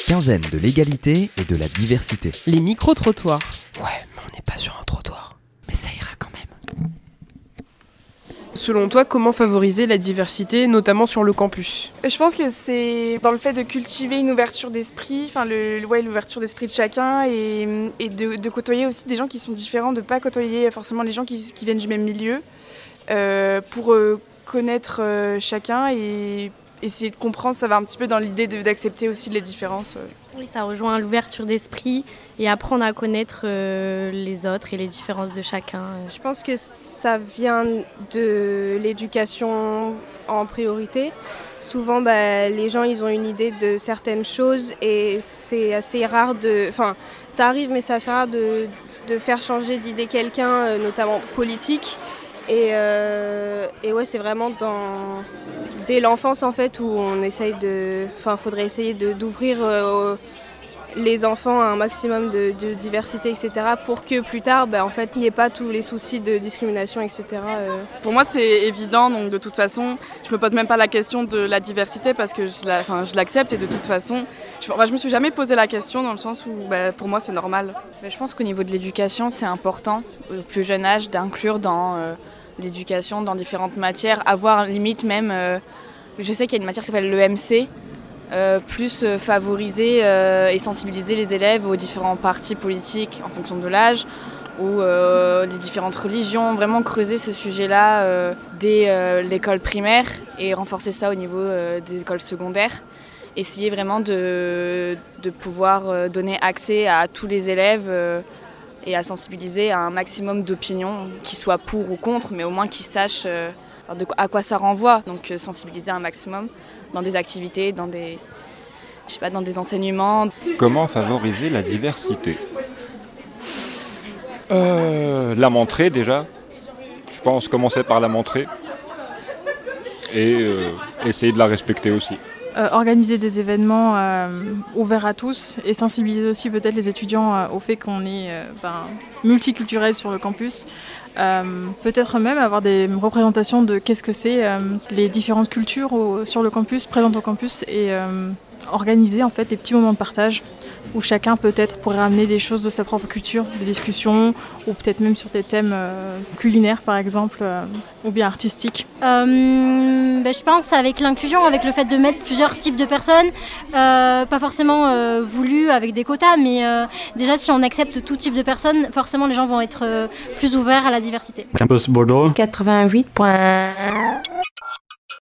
quinzaine de l'égalité et de la diversité. Les micro-trottoirs. Ouais, mais on n'est pas sur un trottoir. Mais ça ira quand même. Selon toi, comment favoriser la diversité, notamment sur le campus ? Je pense que c'est dans le fait de cultiver une ouverture d'esprit, l'ouverture d'esprit de chacun et de côtoyer aussi des gens qui sont différents, de ne pas côtoyer forcément les gens qui viennent du même milieu pour connaître chacun et essayer de comprendre. Ça va un petit peu dans l'idée d'accepter aussi les différences. Oui, ça rejoint l'ouverture d'esprit et apprendre à connaître les autres et les différences de chacun. Je pense que ça vient de l'éducation en priorité. Souvent, les gens ils ont une idée de certaines choses et c'est assez rare ça arrive, mais c'est assez rare de faire changer d'idée quelqu'un, notamment politique. Et ouais, c'est vraiment dès l'enfance en fait où on essaye faudrait essayer d'ouvrir les enfants à un maximum de diversité, etc. pour que plus tard, il n'y ait pas tous les soucis de discrimination, etc. Pour moi, c'est évident, donc de toute façon, je me pose même pas la question de la diversité parce que je l'accepte et de toute façon, je me suis jamais posé la question dans le sens où pour moi c'est normal. Je pense qu'au niveau de l'éducation, c'est important au plus jeune âge d'inclure dans l'éducation dans différentes matières, avoir limite même, je sais qu'il y a une matière qui s'appelle l'EMC, plus favoriser et sensibiliser les élèves aux différents partis politiques en fonction de l'âge ou les différentes religions, vraiment creuser ce sujet-là dès l'école primaire et renforcer ça au niveau des écoles secondaires. Essayer vraiment de pouvoir donner accès à tous les élèves et à sensibiliser à un maximum d'opinions, qu'ils soient pour ou contre, mais au moins qu'ils sachent à quoi ça renvoie. Donc sensibiliser un maximum dans des activités, dans des enseignements. Comment favoriser la diversité ? La montrer déjà. Je pense commencer par la montrer et essayer de la respecter aussi. Organiser des événements ouverts à tous et sensibiliser aussi peut-être les étudiants au fait qu'on est multiculturel sur le campus. Peut-être même avoir des représentations de qu'est-ce que c'est les différentes cultures sur le campus, présentes au campus et organiser en fait des petits moments de partage où chacun peut-être pourrait amener des choses de sa propre culture, des discussions ou peut-être même sur des thèmes culinaires par exemple ou bien artistiques. Je pense avec l'inclusion, avec le fait de mettre plusieurs types de personnes, pas forcément voulu avec des quotas, mais déjà si on accepte tout type de personnes, forcément les gens vont être plus ouverts à la diversité. Campus Bordeaux 88.